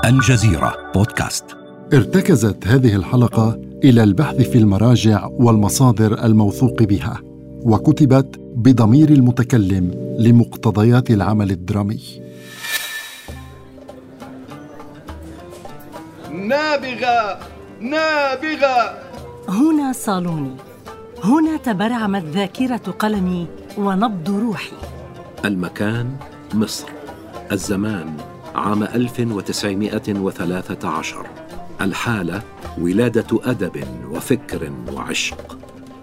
الجزيرة بودكاست. ارتكزت هذه الحلقة إلى البحث في المراجع والمصادر الموثوق بها، وكتبت بضمير المتكلم لمقتضيات العمل الدرامي. نابغة نابغة. هنا صالوني، هنا تبرعمت ذاكرة قلمي ونبض روحي. المكان مصر، الزمان عام 1913، الحالة ولادة أدب وفكر وعشق.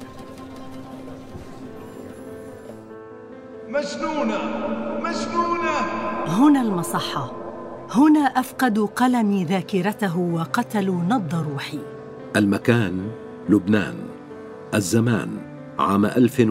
مجنونة مجنونة. هنا المصحة، هنا أفقدوا قلمي ذاكرته وقتلوا نبض روحي. المكان لبنان، الزمان عام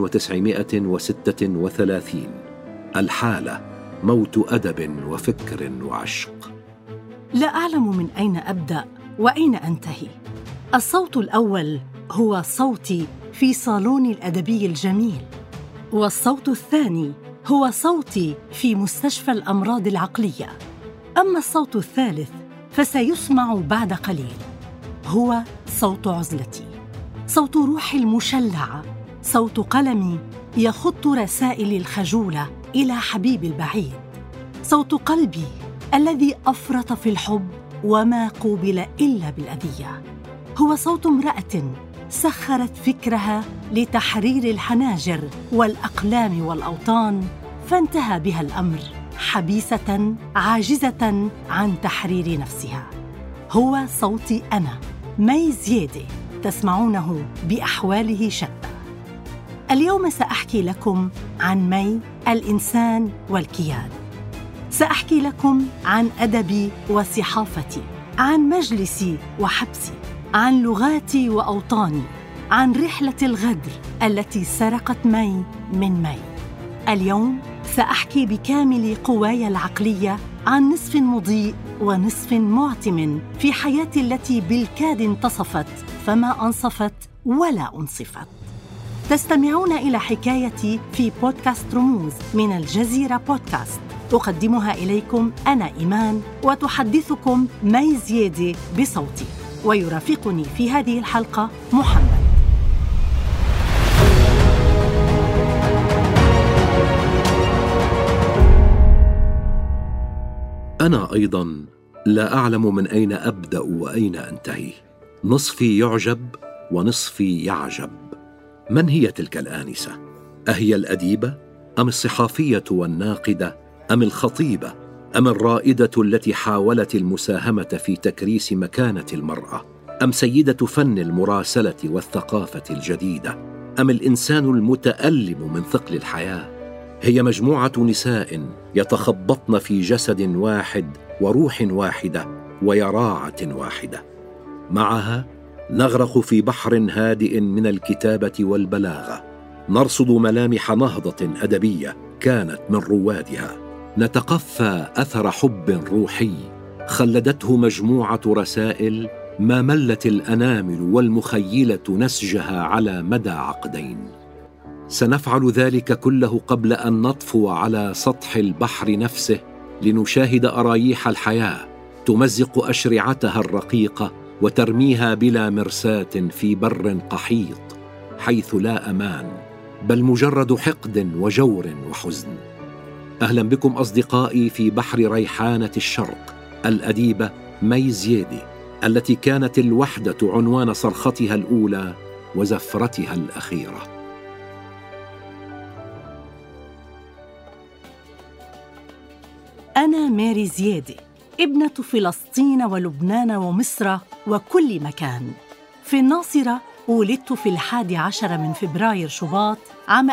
1936، الحالة موت أدب وفكر وعشق. لا أعلم من أين أبدأ وأين أنتهي. الصوت الأول هو صوتي في صالوني الأدبي الجميل، والصوت الثاني هو صوتي في مستشفى الأمراض العقلية. أما الصوت الثالث فسيسمع بعد قليل، هو صوت عزلتي، صوت روحي المشلعة، صوت قلمي يخط رسائلي الخجولة إلى حبيبي البعيد، صوت قلبي الذي أفرط في الحب وما قوبل إلا بالأذية، هو صوت امرأة سخرت فكرها لتحرير الحناجر والأقلام والأوطان، فانتهى بها الأمر حبيسة عاجزة عن تحرير نفسها. هو صوتي أنا، مي زيادة، تسمعونه بأحواله شتى. اليوم سأحكي لكم عن مي، الإنسان والكيان. سأحكي لكم عن أدبي وصحافتي، عن مجلسي وحبسي، عن لغاتي وأوطاني، عن رحلة الغدر التي سرقت مي من مي. اليوم سأحكي بكامل قواي العقلية عن نصف مضيء ونصف معتم في حياتي التي بالكاد انتصفت فما أنصفت ولا أنصفت. تستمعون إلى حكايتي في بودكاست رموز من الجزيرة بودكاست. أقدمها إليكم أنا إيمان، وتحدثكم مي زيادة بصوتي، ويرافقني في هذه الحلقة محمد. أنا أيضاً لا أعلم من أين أبدأ وأين أنتهي. نصفي يعجب ونصفي يعجب. من هي تلك الآنسة؟ أهي الأديبة؟ أم الصحافية والناقدة؟ أم الخطيبة؟ أم الرائدة التي حاولت المساهمة في تكريس مكانة المرأة؟ أم سيدة فن المراسلة والثقافة الجديدة؟ أم الإنسان المتألم من ثقل الحياة؟ هي مجموعة نساء يتخبطن في جسد واحد وروح واحدة ويراعة واحدة. معها نغرق في بحر هادئ من الكتابة والبلاغة، نرصد ملامح نهضة أدبية كانت من روادها، نتقفى أثر حب روحي خلدته مجموعة رسائل ما ملت الأنامل والمخيلة نسجها على مدى عقدين. سنفعل ذلك كله قبل أن نطفو على سطح البحر نفسه لنشاهد أرايح الحياة تمزق أشرعتها الرقيقة وترميها بلا مرساة في بر قحيط حيث لا أمان، بل مجرد حقد وجور وحزن. أهلا بكم أصدقائي في بحر ريحانة الشرق، الأديبة مي زيادة، التي كانت الوحدة عنوان صرختها الأولى وزفرتها الأخيرة. أنا ماري زيادة، ابنة فلسطين ولبنان ومصر وكل مكان. في الناصرة ولدت في 11 من فبراير شباط عام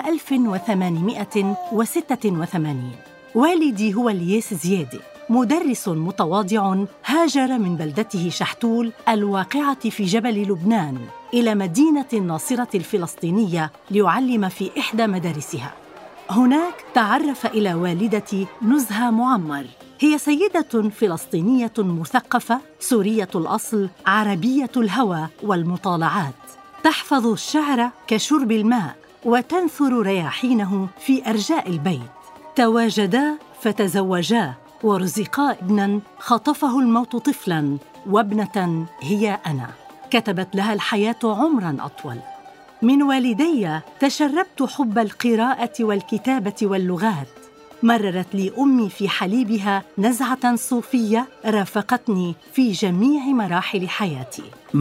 1886. والدي هو الياس زيادة، مدرس متواضع هاجر من بلدته شحتول الواقعة في جبل لبنان إلى مدينة الناصرة الفلسطينية ليعلم في إحدى مدارسها. هناك تعرف إلى والدتي نزهة معمر، هي سيدة فلسطينية مثقفة سورية الأصل عربية الهوى والمطالعات، تحفظ الشعر كشرب الماء وتنثر رياحينه في أرجاء البيت. تواجدا فتزوجا ورزقا ابناً خطفه الموت طفلاً وابنة هي أنا، كتبت لها الحياة عمراً أطول. من والدي تشربت حب القراءة والكتابة واللغات. مررت لي أمي في حليبها نزعة صوفية رافقتني في جميع مراحل حياتي.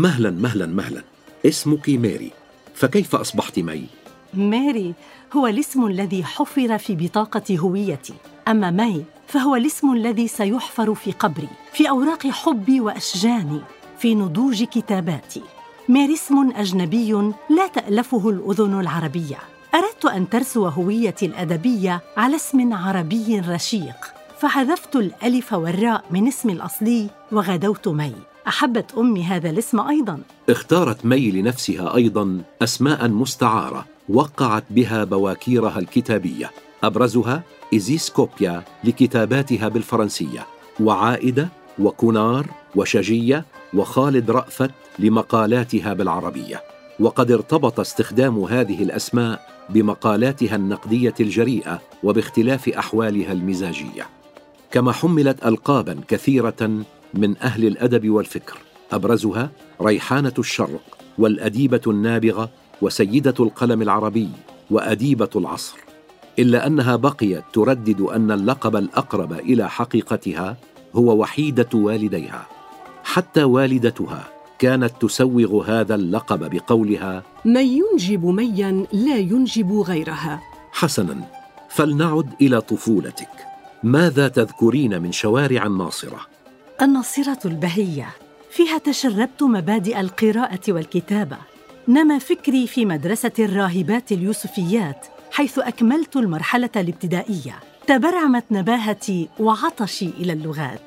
مهلا، اسمك ماري، فكيف أصبحت مي؟ ماري هو الاسم الذي حفر في بطاقة هويتي، أما مي فهو الاسم الذي سيحفر في قبري، في أوراق حبي وأشجاني، في نضوج كتاباتي. ماري اسم أجنبي لا تألفه الأذن العربية. أردت أن ترسو هويتي الأدبية على اسم عربي رشيق، فحذفت الألف والراء من اسمي الأصلي وغدوت مي. أحبت أمي هذا الاسم أيضاً. اختارت مي لنفسها أيضاً أسماء مستعارة وقعت بها بواكيرها الكتابية، أبرزها إيزيسكوبيا لكتاباتها بالفرنسية، وعائدة وكونار وشجية وخالد رأفت لمقالاتها بالعربية. وقد ارتبط استخدام هذه الأسماء بمقالاتها النقدية الجريئة وباختلاف أحوالها المزاجية. كما حملت ألقاباً كثيرة من أهل الأدب والفكر، أبرزها ريحانة الشرق والأديبة النابغة وسيدة القلم العربي وأديبة العصر، إلا أنها بقيت تردد أن اللقب الأقرب إلى حقيقتها هو وحيدة والديها. حتى والدتها كانت تسوغ هذا اللقب بقولها: من ينجب مياً لا ينجب غيرها. حسناً، فلنعد إلى طفولتك. ماذا تذكرين من شوارع الناصرة؟ الناصرة البهية، فيها تشربت مبادئ القراءة والكتابة. نما فكري في مدرسة الراهبات اليوسفيات، حيث أكملت المرحلة الابتدائية. تبرعمت نباهتي وعطشي إلى اللغات.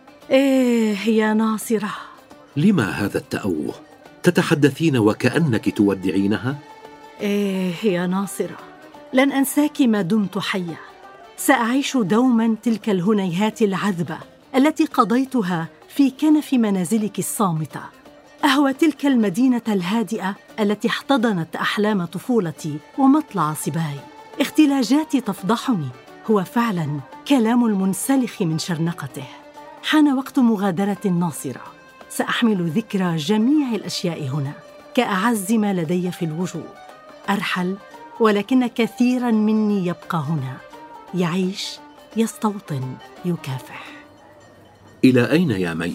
يا ناصرة. لما هذا التأوه؟ تتحدثين وكأنك تودعينها؟ يا ناصرة، لن أنساك ما دمت حية. سأعيش دوماً تلك الهنيهات العذبة التي قضيتها في كنف منازلك الصامتة. أهوى تلك المدينة الهادئة التي احتضنت أحلام طفولتي ومطلع صباي. اختلاجاتي تفضحني، هو فعلاً كلام المنسلخ من شرنقته. حان وقت مغادرة الناصرة. سأحمل ذكرى جميع الأشياء هنا كأعز ما لدي في الوجود. أرحل، ولكن كثيراً مني يبقى هنا، يعيش، يستوطن، يكافح. إلى أين يا مي؟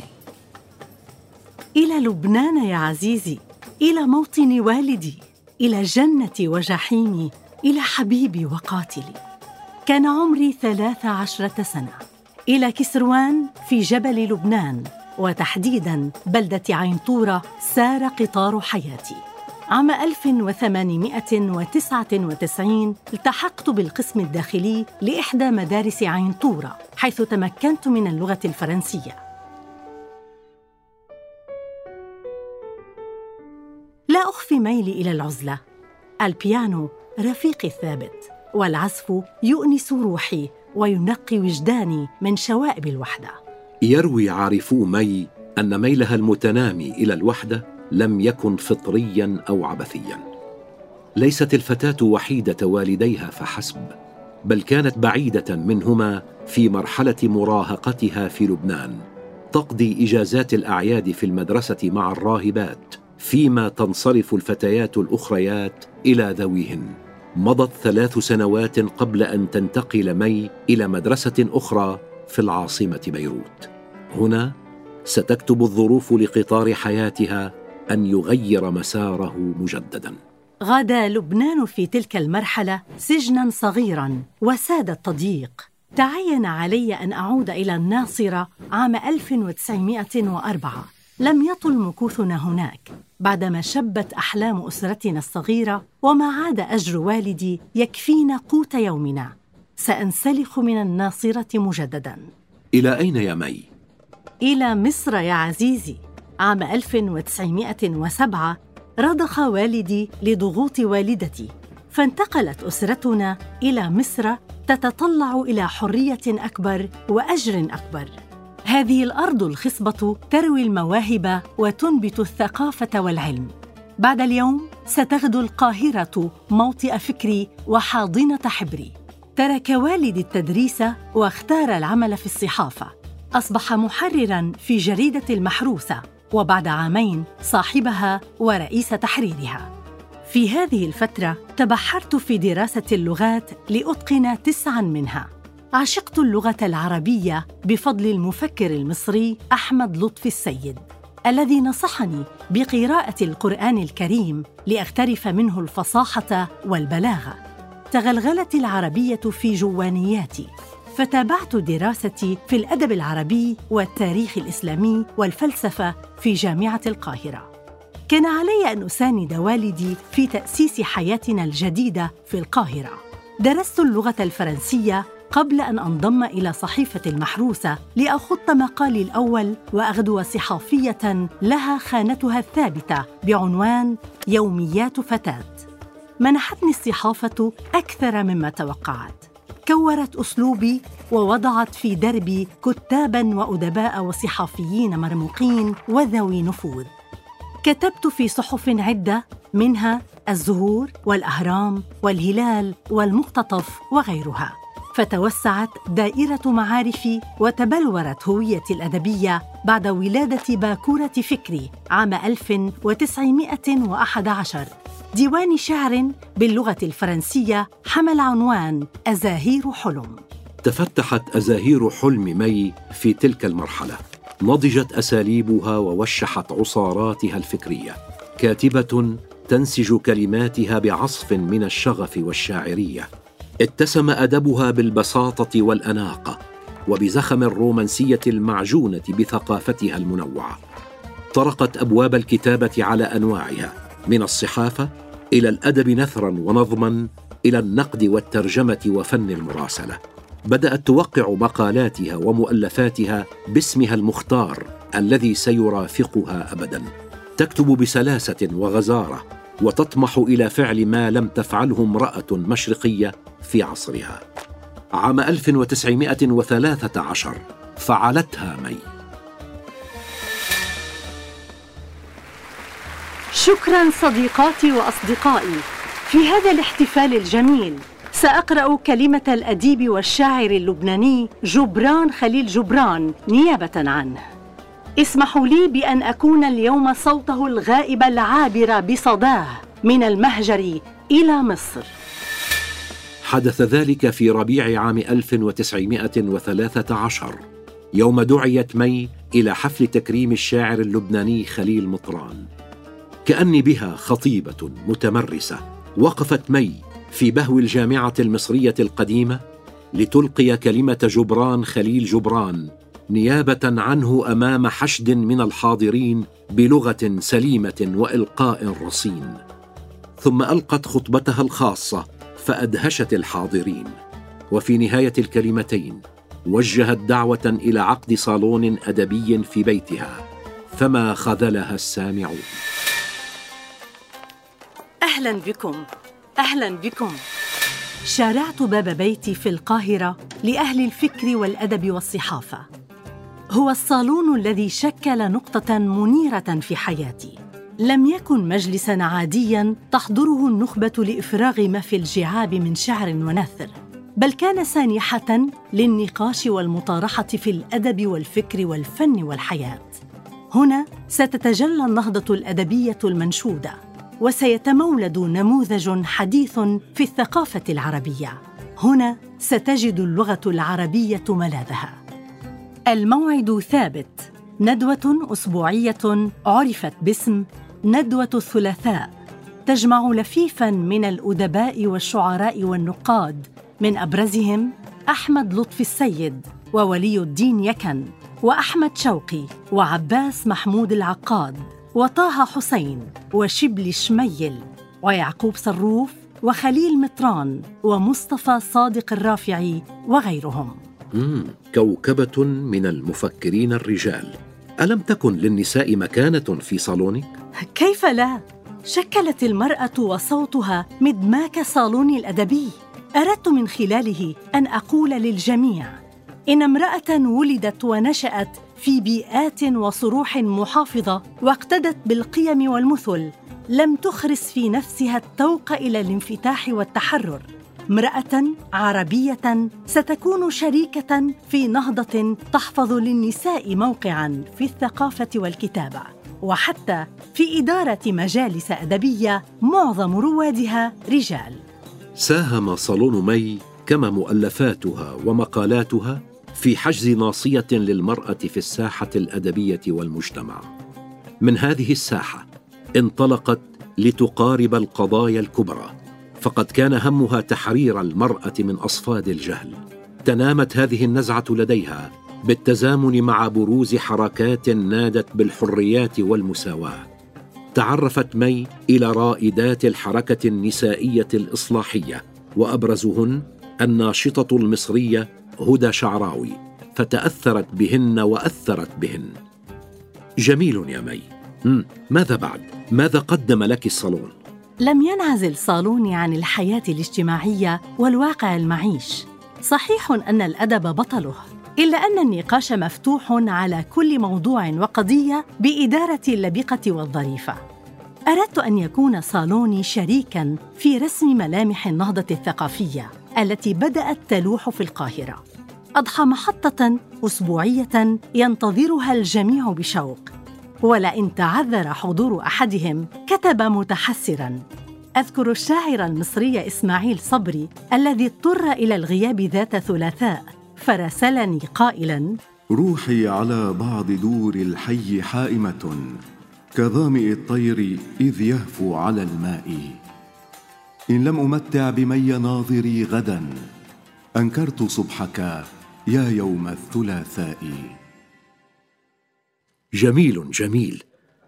إلى لبنان يا عزيزي، إلى موطن والدي، إلى جنتي وجحيمي، إلى حبيبي وقاتلي. كان عمري 13 سنة. إلى كسروان في جبل لبنان، وتحديداً بلدة عين طورة، سار قطار حياتي. عام 1899 التحقت بالقسم الداخلي لإحدى مدارس عين طورة، حيث تمكنت من اللغة الفرنسية. لا أخفي ميلي إلى العزلة. البيانو رفيقي الثابت، والعزف يؤنس روحي وينقي وجداني من شوائب الوحدة. يروي عارفو مي أن ميلها المتنامي إلى الوحدة لم يكن فطرياً أو عبثياً. ليست الفتاة وحيدة والديها فحسب، بل كانت بعيدة منهما في مرحلة مراهقتها في لبنان، تقضي إجازات الأعياد في المدرسة مع الراهبات، فيما تنصرف الفتيات الأخريات إلى ذويهن. مضت 3 سنوات قبل أن تنتقل مي إلى مدرسة أخرى في العاصمة بيروت. هنا ستكتب الظروف لقطار حياتها أن يغير مساره مجدداً. غدا لبنان في تلك المرحلة سجناً صغيراً وساد التضييق. تعين علي أن أعود إلى الناصرة عام 1904. لم يطل مكوثنا هناك بعدما شبت أحلام أسرتنا الصغيرة وما عاد أجر والدي يكفينا قوت يومنا. سأنسلخ من الناصرة مجدداً. إلى أين يا مي؟ إلى مصر يا عزيزي. عام 1907 رضخ والدي لضغوط والدتي، فانتقلت أسرتنا إلى مصر تتطلع إلى حرية أكبر وأجر أكبر. هذه الأرض الخصبة تروي المواهب وتنبت الثقافة والعلم. بعد اليوم ستغدو القاهرة موطئ فكري وحاضنة حبري. ترك والدي التدريس واختار العمل في الصحافة. أصبح محرراً في جريدة المحروسة، وبعد عامين صاحبها ورئيس تحريرها. في هذه الفترة تبحرت في دراسة اللغات لأتقن 9 منها. عشقت اللغة العربية بفضل المفكر المصري أحمد لطفي السيد، الذي نصحني بقراءة القرآن الكريم لأغترف منه الفصاحة والبلاغة. تغلغلت العربية في جوانياتي، فتابعت دراستي في الأدب العربي والتاريخ الإسلامي والفلسفة في جامعة القاهرة. كان علي أن أساند والدي في تأسيس حياتنا الجديدة في القاهرة. درست اللغة الفرنسية قبل أن أنضم إلى صحيفة المحروسة لأخط مقالي الأول وأغدو صحافية لها خانتها الثابتة بعنوان يوميات فتاة. منحتني الصحافة أكثر مما توقعت. كورت أسلوبي ووضعت في دربي كتاباً وأدباء وصحافيين مرموقين وذوي نفوذ. كتبت في صحف عدة، منها الزهور والأهرام والهلال والمقتطف وغيرها، فتوسعت دائرة معارفي وتبلورت هويتي الأدبية بعد ولادة باكورة فكري عام 1911. ديوان شعر باللغة الفرنسية حمل عنوان أزاهير حلم. تفتحت أزاهير حلم مي في تلك المرحلة، نضجت أساليبها ووشحت عصاراتها الفكرية، كاتبة تنسج كلماتها بعصف من الشغف والشاعرية. اتسم أدبها بالبساطة والأناقة وبزخم الرومانسية المعجونة بثقافتها المنوعة. طرقت أبواب الكتابة على أنواعها، من الصحافة إلى الأدب نثراً ونظماً، إلى النقد والترجمة وفن المراسلة. بدأت توقع مقالاتها ومؤلفاتها باسمها المختار الذي سيرافقها أبداً. تكتب بسلاسة وغزارة، وتطمح إلى فعل ما لم تفعله امرأة مشرقية في عصرها. عام 1913 فعلتها مي. شكراً صديقاتي وأصدقائي. في هذا الاحتفال الجميل سأقرأ كلمة الأديب والشاعر اللبناني جبران خليل جبران نيابة عنه. اسمحوا لي بأن أكون اليوم صوته الغائب العابر بصداه من المهجر إلى مصر. حدث ذلك في ربيع عام 1913، يوم دعيت مي إلى حفل تكريم الشاعر اللبناني خليل مطران. كأني بها خطيبة متمرسة، وقفت مي في بهو الجامعة المصرية القديمة لتلقي كلمة جبران خليل جبران نيابة عنه أمام حشد من الحاضرين بلغة سليمة وإلقاء رصين. ثم ألقت خطبتها الخاصة فأدهشت الحاضرين، وفي نهاية الكلمتين وجهت دعوة إلى عقد صالون أدبي في بيتها، فما خذلها السامعون. أهلاً بكم، أهلاً بكم. شارعت باب بيتي في القاهرة لأهل الفكر والأدب والصحافة. هو الصالون الذي شكل نقطة منيرة في حياتي. لم يكن مجلساً عادياً تحضره النخبة لإفراغ ما في الجعاب من شعر ونثر، بل كان سانحة للنقاش والمطارحة في الأدب والفكر والفن والحياة. هنا ستتجلى النهضة الأدبية المنشودة، وسيتمولد نموذج حديث في الثقافة العربية. هنا ستجد اللغة العربية ملاذها. الموعد ثابت، ندوة أسبوعية عرفت باسم ندوة الثلاثاء، تجمع لفيفاً من الأدباء والشعراء والنقاد، من أبرزهم أحمد لطفي السيد وولي الدين يكن وأحمد شوقي وعباس محمود العقاد وطه حسين وشبلي شميل ويعقوب صروف وخليل مطران ومصطفى صادق الرافعي وغيرهم. كوكبة من المفكرين الرجال. ألم تكن للنساء مكانة في صالونك؟ كيف لا؟ شكلت المرأة وصوتها مدماك صالوني الأدبي. أردت من خلاله أن أقول للجميع إن امرأة ولدت ونشأت في بيئات وصروح محافظة واقتدت بالقيم والمثل لم تخرس في نفسها التوق إلى الانفتاح والتحرر، امرأة عربية ستكون شريكة في نهضة تحفظ للنساء موقعاً في الثقافة والكتابة، وحتى في إدارة مجالس أدبية معظم روادها رجال. ساهم صالون مي كما مؤلفاتها ومقالاتها في حجز ناصية للمرأة في الساحة الأدبية والمجتمع. من هذه الساحة انطلقت لتقارب القضايا الكبرى، فقد كان همها تحرير المرأة من أصفاد الجهل. تنامت هذه النزعة لديها بالتزامن مع بروز حركات نادت بالحريات والمساواة. تعرفت مي إلى رائدات الحركة النسائية الإصلاحية، وأبرزهن الناشطة المصرية هدى شعراوي، فتأثرت بهن وأثرت بهن. جميل يا مي. ماذا بعد؟ ماذا قدم لك الصالون؟ لم ينعزل صالوني عن الحياة الاجتماعية والواقع المعيش. صحيح أن الأدب بطله، إلا أن النقاش مفتوح على كل موضوع وقضية بإدارة اللبقة والظريفة. أردت أن يكون صالوني شريكاً في رسم ملامح النهضة الثقافية التي بدأت تلوح في القاهرة. أضحى محطة أسبوعية ينتظرها الجميع بشوق، ولئن تعذر حضور أحدهم كتب متحسراً: أذكر الشاعر المصري إسماعيل صبري الذي اضطر إلى الغياب ذات ثلاثاء، فرسلني قائلاً: روحي على بعض دور الحي حائمة كظامئ الطير إذ يهفو على الماء. إن لم أمتع بمي ناظري غدا أنكرت صبحك يا يوم الثلاثاء. جميل جميل.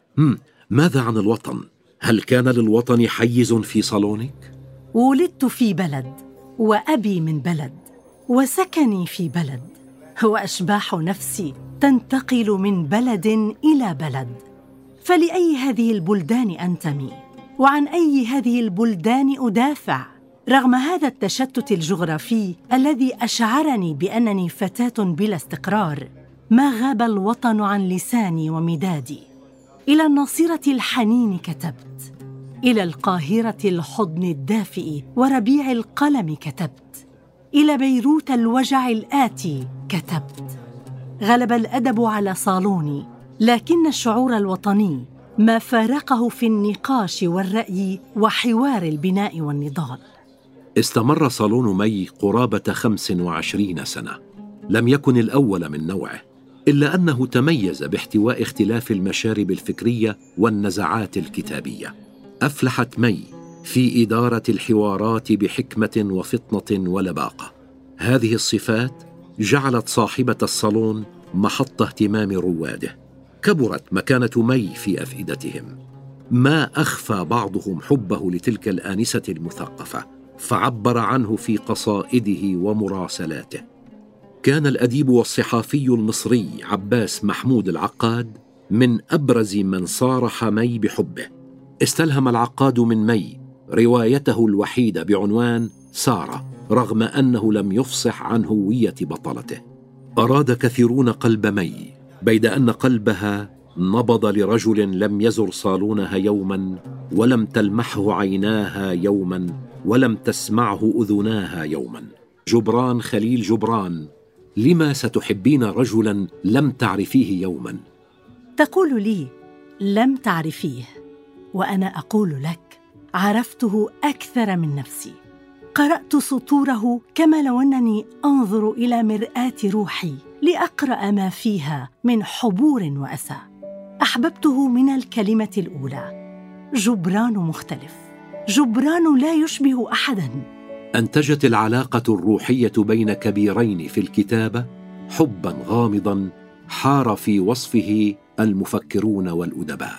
ماذا عن الوطن؟ هل كان للوطن حيز في صالونك؟ ولدت في بلد، وأبي من بلد، وسكني في بلد، وأشباح نفسي تنتقل من بلد إلى بلد. فلأي هذه البلدان أنتمي؟ وعن أي هذه البلدان أدافع؟ رغم هذا التشتت الجغرافي الذي أشعرني بأنني فتاة بلا استقرار، ما غاب الوطن عن لساني ومدادي. إلى الناصرة الحنين كتبت، إلى القاهرة الحضن الدافئ وربيع القلم كتبت، إلى بيروت الوجع الآتي كتبت. غلب الأدب على صالوني، لكن الشعور الوطني ما فارقه في النقاش والرأي وحوار البناء والنضال. استمر صالون مي قرابة 25 سنة. لم يكن الأول من نوعه، إلا أنه تميز باحتواء اختلاف المشارب الفكرية والنزعات الكتابية. أفلحت مي في إدارة الحوارات بحكمة وفطنة ولباقة. هذه الصفات جعلت صاحبة الصالون محط اهتمام رواده. كبرت مكانة مي في أفئدتهم. ما أخفى بعضهم حبه لتلك الآنسة المثقفة، فعبر عنه في قصائده ومراسلاته. كان الأديب والصحافي المصري عباس محمود العقاد من أبرز من صارح مي بحبه. استلهم العقاد من مي روايته الوحيدة بعنوان سارة، رغم أنه لم يفصح عن هوية بطلته. أراد كثيرون قلب مي، بيد أن قلبها نبض لرجل لم يزر صالونها يوما، ولم تلمحه عيناها يوما، ولم تسمعه أذناها يوما. جبران خليل جبران: لما ستحبين رجلا لم تعرفيه يوما؟ تقول لي لم تعرفيه، وأنا أقول لك عرفته أكثر من نفسي. قرأت سطوره كما لو أنني أنظر إلى مرآة روحي لأقرأ ما فيها من حبور وأسى. أحببته من الكلمة الأولى. جبران مختلف، جبران لا يشبه أحداً. أنتجت العلاقة الروحية بين كبيرين في الكتابة حباً غامضاً حار في وصفه المفكرون والأدباء.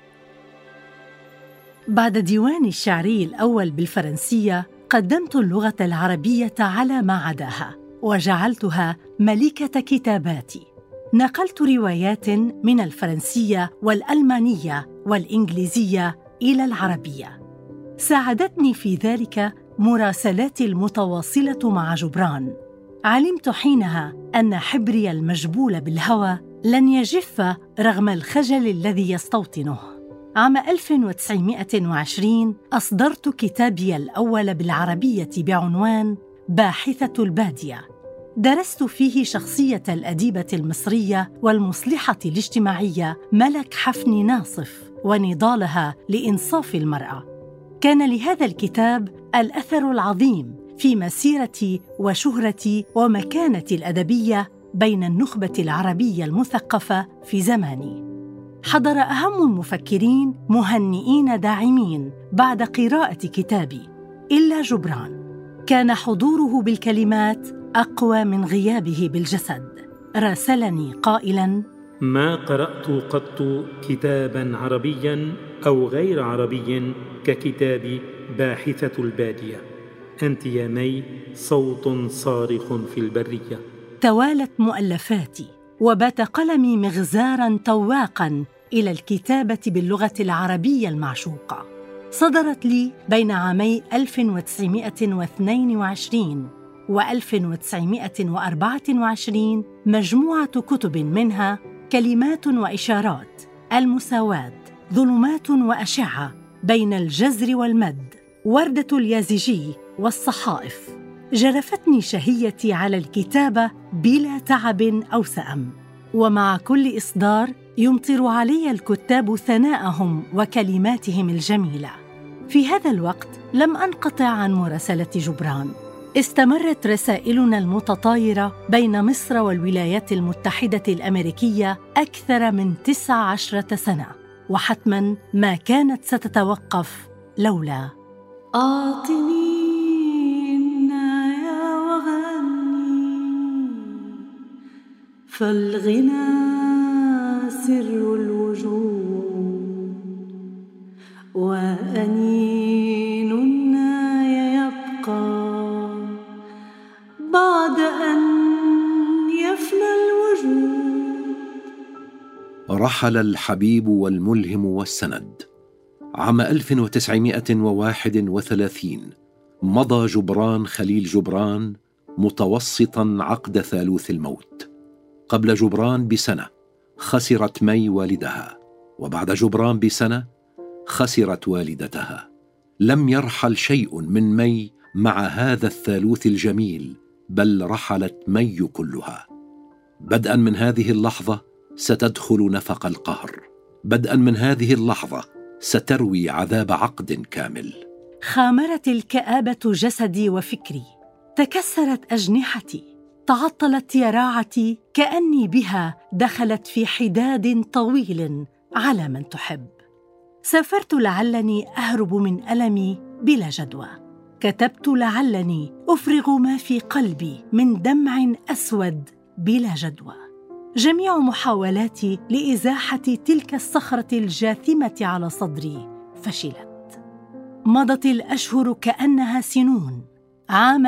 بعد ديواني الشعري الأول بالفرنسية، قدمت اللغة العربية على ما عداها، وجعلتها ملكة كتاباتي. نقلت روايات من الفرنسية والألمانية والإنجليزية إلى العربية. ساعدتني في ذلك مراسلاتي المتواصلة مع جبران. علمت حينها أن حبري المجبول بالهوى لن يجف رغم الخجل الذي يستوطنه. عام 1920 أصدرت كتابي الأول بالعربية بعنوان باحثة البادية. درست فيه شخصية الأديبة المصرية والمصلحة الاجتماعية ملك حفني ناصف ونضالها لإنصاف المرأة. كان لهذا الكتاب الأثر العظيم في مسيرتي وشهرتي ومكانتي الأدبية بين النخبة العربية المثقفة في زماني. حضر أهم المفكرين مهنئين داعمين بعد قراءة كتابي إلا جبران. كان حضوره بالكلمات أقوى من غيابه بالجسد. راسلني قائلاً: ما قرأت قط كتاباً عربياً أو غير عربي ككتاب باحثة البادية. أنت يا مي صوت صارخ في البرية. توالت مؤلفاتي وبات قلمي مغزاراً تواقاً إلى الكتابة باللغة العربية المعشوقة. صدرت لي بين عامي 1922 و1924 مجموعة كتب، منها كلمات وإشارات، المساواة، ظلمات وأشعة، بين الجزر والمد، وردة اليازجي، والصحائف. جرفتني شهيتي على الكتابة بلا تعب أو سأم، ومع كل إصدار يمطر علي الكتاب ثناءهم وكلماتهم الجميلة. في هذا الوقت لم أنقطع عن مراسلة جبران. استمرت رسائلنا المتطايرة بين مصر والولايات المتحدة الأمريكية أكثر من 19 سنة، وحتماً ما كانت ستتوقف لولا أعطني النايا وغني، فالغنى سر الوجود، وأنين النايا يبقى بعد أن يفنى الوجود. رحل الحبيب والملهم والسند. عام 1931 مضى جبران خليل جبران متوسطاً عقد ثالوث الموت. قبل جبران بسنة خسرت مي والدها، وبعد جبران بسنة خسرت والدتها. لم يرحل شيء من مي مع هذا الثالوث الجميل، بل رحلت مي كلها. بدءاً من هذه اللحظة ستدخل نفق القهر. بدءاً من هذه اللحظة ستروي عذاب عقد كامل. خامرت الكآبة جسدي وفكري، تكسرت أجنحتي، تعطلت يراعتي، كأني بها دخلت في حداد طويل على من تحب. سافرت لعلني أهرب من ألمي بلا جدوى. كتبت لعلني أفرغ ما في قلبي من دمع أسود بلا جدوى. جميع محاولاتي لإزاحة تلك الصخرة الجاثمة على صدري فشلت. مضت الأشهر كأنها سنون. عام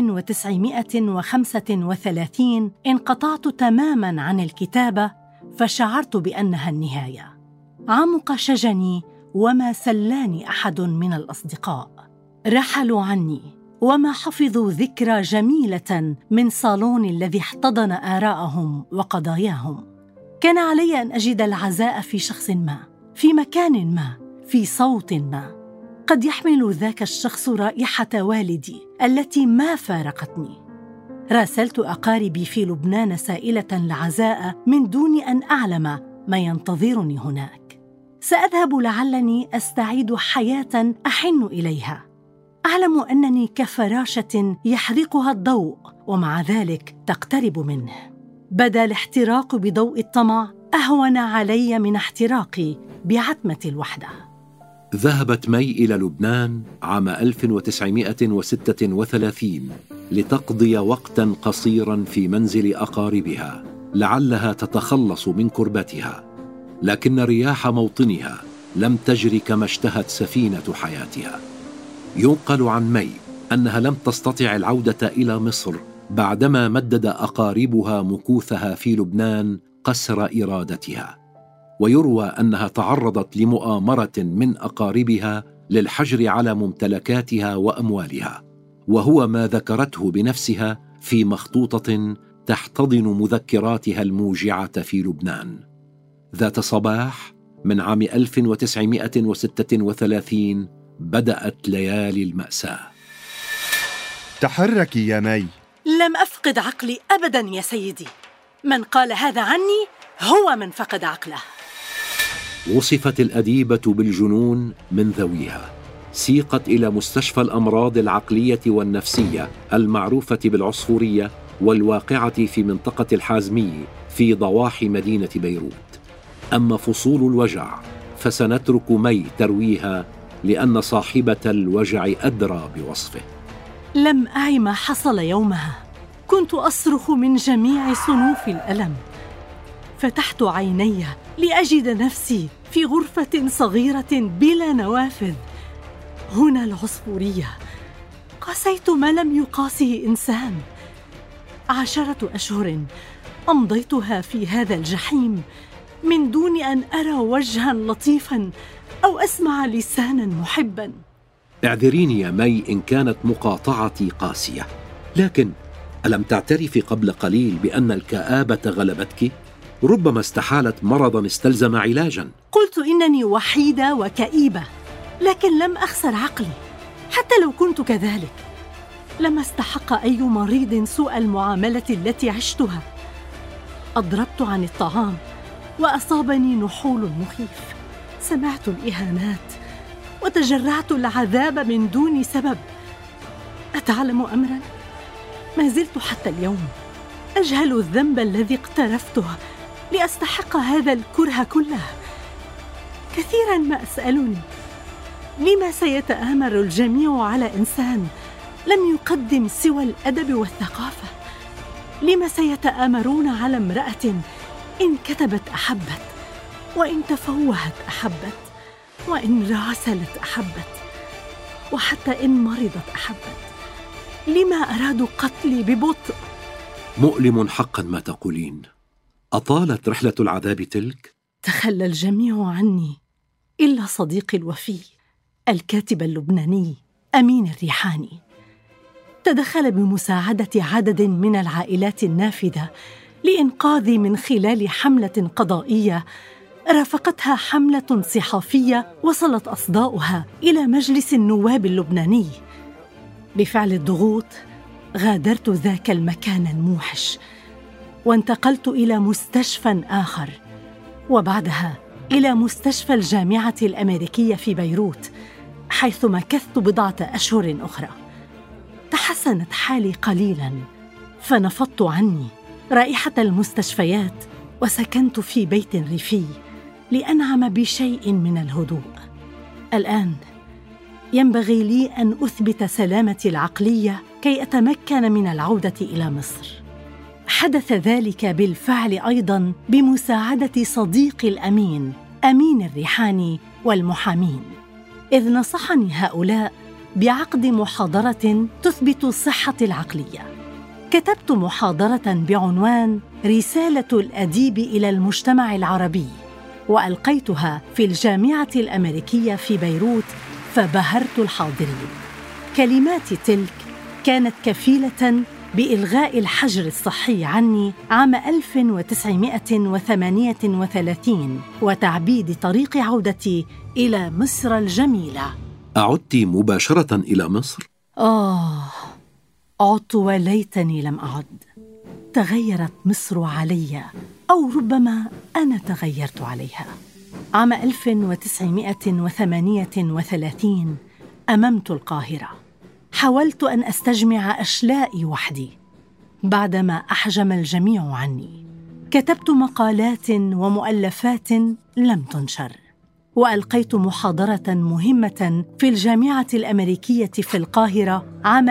1935 انقطعت تماماً عن الكتابة، فشعرت بأنها النهاية. عمق شجني وما سلاني أحد من الأصدقاء. رحلوا عني وما حفظوا ذكرى جميلة من صالون الذي احتضن آراءهم وقضاياهم. كان علي أن أجد العزاء في شخص ما، في مكان ما، في صوت ما. قد يحمل ذاك الشخص رائحة والدي التي ما فارقتني. راسلت أقاربي في لبنان سائلة العزاء من دون أن أعلم ما ينتظرني هناك. سأذهب لعلني أستعيد حياة أحن إليها. أعلم أنني كفراشة يحرقها الضوء، ومع ذلك تقترب منه. بدا الاحتراق بضوء الطمع أهون علي من احتراقي بعتمة الوحدة. ذهبت مي إلى لبنان عام 1936 لتقضي وقتاً قصيراً في منزل أقاربها، لعلها تتخلص من كربتها. لكن رياح موطنها لم تجري كما اشتهت سفينة حياتها. ينقل عن مي أنها لم تستطع العودة إلى مصر بعدما مدد أقاربها مكوثها في لبنان قسر إرادتها. ويروى أنها تعرضت لمؤامرة من أقاربها للحجر على ممتلكاتها وأموالها، وهو ما ذكرته بنفسها في مخطوطة تحتضن مذكراتها الموجعة في لبنان. ذات صباح من عام 1936 بدأت ليالي المأساة. تحركي يا مي. لم أفقد عقلي أبداً يا سيدي، من قال هذا عني هو من فقد عقله. وصفت الأديبة بالجنون من ذويها، سيقت إلى مستشفى الأمراض العقلية والنفسية المعروفة بالعصفورية والواقعة في منطقة الحازمي في ضواحي مدينة بيروت. أما فصول الوجع فسنترك مي ترويها، لأن صاحبة الوجع أدرى بوصفه. لم أعي ما حصل يومها، كنت أصرخ من جميع صنوف الألم. فتحت عيني لأجد نفسي في غرفة صغيرة بلا نوافذ. هنا العصفورية، قاسيت ما لم يقاسه إنسان. 10 أشهر أمضيتها في هذا الجحيم من دون أن أرى وجها لطيفا أو أسمع لسانا محبا. اعذريني يا مي إن كانت مقاطعتي قاسية، لكن ألم تعترفي قبل قليل بأن الكآبة غلبتك؟ ربما استحالت مرضا استلزم علاجا. قلت إنني وحيدة وكئيبة، لكن لم أخسر عقلي. حتى لو كنت كذلك لما استحق أي مريض سوء المعاملة التي عشتها. أضربت عن الطعام وأصابني نحول مخيف. سمعت الإهانات وتجرعت العذاب من دون سبب. أتعلم أمرا؟ ما زلت حتى اليوم أجهل الذنب الذي اقترفته لأستحق هذا الكره كله. كثيرا ما أسألني لما سيتآمر الجميع على إنسان لم يقدم سوى الأدب والثقافة؟ لما سيتآمرون على امرأة إن كتبت أحبت، وإن تفوهت أحبت، وإن راسلت أحبت، وحتى إن مرضت أحبت؟ لما أرادوا قتلي ببطء؟ مؤلم حقا ما تقولين. أطالت رحلة العذاب تلك؟ تخلى الجميع عني إلا صديقي الوفي الكاتب اللبناني أمين الريحاني. تدخل بمساعدة عدد من العائلات النافذة لإنقاذي من خلال حملة قضائية رافقتها حملة صحافية وصلت أصداؤها إلى مجلس النواب اللبناني. بفعل الضغوط غادرت ذاك المكان الموحش وانتقلت إلى مستشفى آخر، وبعدها إلى مستشفى الجامعة الأمريكية في بيروت، حيث مكثت 10 أشهر أخرى. تحسنت حالي قليلاً فنفضت عني رائحة المستشفيات وسكنت في بيت ريفي لأنعم بشيء من الهدوء. الآن ينبغي لي أن أثبت سلامتي العقلية كي أتمكن من العودة إلى مصر. حدث ذلك بالفعل أيضاً بمساعدة صديقي الأمين أمين الريحاني والمحامين، إذ نصحني هؤلاء بعقد محاضرة تثبت صحتي العقلية. كتبت محاضرة بعنوان رسالة الأديب إلى المجتمع العربي، وألقيتها في الجامعة الأمريكية في بيروت، فبهرت الحاضرين. كلماتي تلك كانت كفيلة بإلغاء الحجر الصحي عني عام 1938 وتعبيد طريق عودتي إلى مصر الجميلة. أعدت مباشرة إلى مصر؟ عدت وليتني لم أعد. تغيرت مصر علي، أو ربما أنا تغيرت عليها. عام 1938 أممت القاهرة. حاولت أن أستجمع أشلائي وحدي بعدما أحجم الجميع عني. كتبت مقالات ومؤلفات لم تنشر، وألقيت محاضرة مهمة في الجامعة الأمريكية في القاهرة عام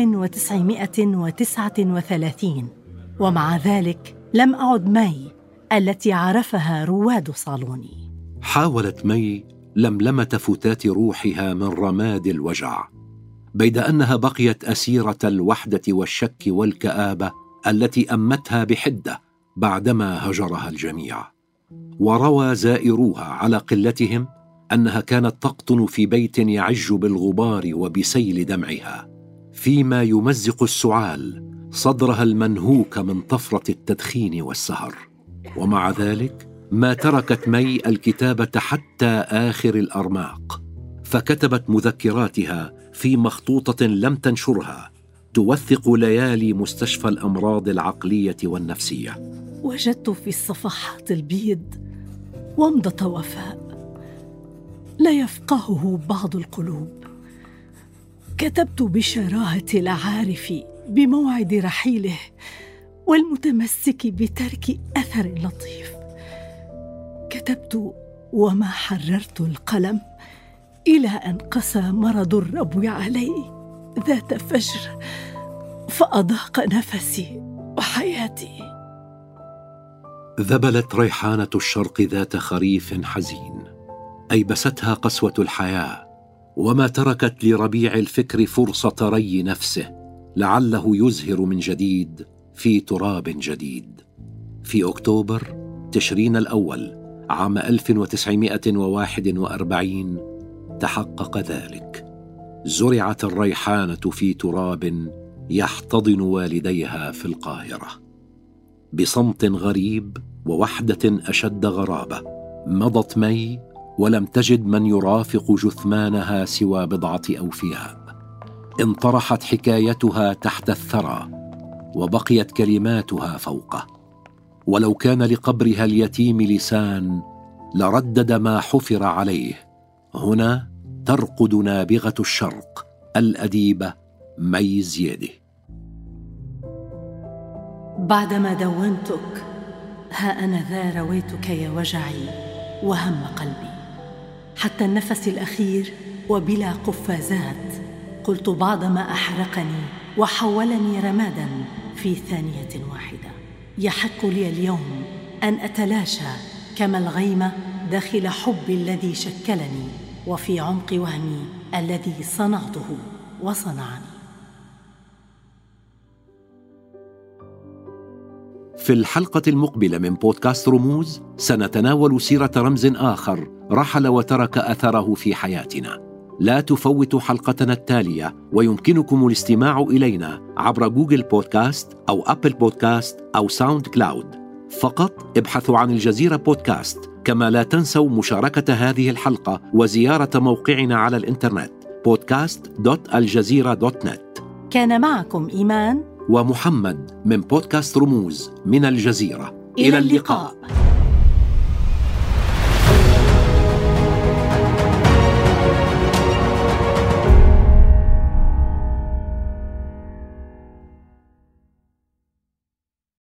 1939، ومع ذلك لم أعد مي التي عرفها رواد صالوني. حاولت مي لملمة فتات روحها من رماد الوجع، بيد أنها بقيت أسيرة الوحدة والشك والكآبة التي أمتها بحدة بعدما هجرها الجميع. وروى زائروها على قلتهم أنها كانت تقطن في بيت يعج بالغبار وبسيل دمعها، فيما يمزق السعال صدرها المنهوك من طفرة التدخين والسهر. ومع ذلك ما تركت مي الكتابة حتى آخر الأرماق، فكتبت مذكراتها في مخطوطة لم تنشرها توثق ليالي مستشفى الأمراض العقلية والنفسية. وجدت في الصفحات البيض ومضة وفاء لا يفقهه بعض القلوب. كتبت بشراهة العارف بموعد رحيله والمتمسك بترك أثر لطيف. كتبت وما حررت القلم إلى أن قسى مرض الربو علي ذات فجر فأضاق نفسي وحياتي. ذبلت ريحانة الشرق ذات خريف حزين، أيبستها قسوة الحياة، وما تركت لربيع الفكر فرصة ري نفسه لعله يزهر من جديد في تراب جديد. في أكتوبر تشرين الأول عام 1941 تحقق ذلك. زرعت الريحانة في تراب يحتضن والديها في القاهرة. بصمت غريب ووحدة أشد غرابة مضت مي ولم تجد من يرافق جثمانها سوى بضعة أوفياء. انطرحت حكايتها تحت الثرى وبقيت كلماتها فوقه. ولو كان لقبرها اليتيم لسان لردد ما حفر عليه. هنا ترقد نابغة الشرق الأديبة مي زيادة. بعدما دونتك ها أنا ذا رويتك يا وجعي وهم قلبي حتى النفس الأخير وبلا قفازات. قلت بعض ما أحرقني وحولني رمادا في ثانية واحدة. يحق لي اليوم أن أتلاشى كما الغيمة داخل حبي الذي شكلني وفي عمق وهمي الذي صنعته وصنعني. في الحلقة المقبلة من بودكاست رموز سنتناول سيرة رمز آخر رحل وترك أثره في حياتنا. لا تفوتوا حلقتنا التالية، ويمكنكم الاستماع إلينا عبر جوجل بودكاست أو أبل بودكاست أو ساوند كلاود. فقط ابحثوا عن الجزيرة بودكاست. كما لا تنسوا مشاركة هذه الحلقة وزيارة موقعنا على الإنترنت podcast.aljazeera.net. كان معكم إيمان ومحمد من بودكاست رموز من الجزيرة. إلى اللقاء.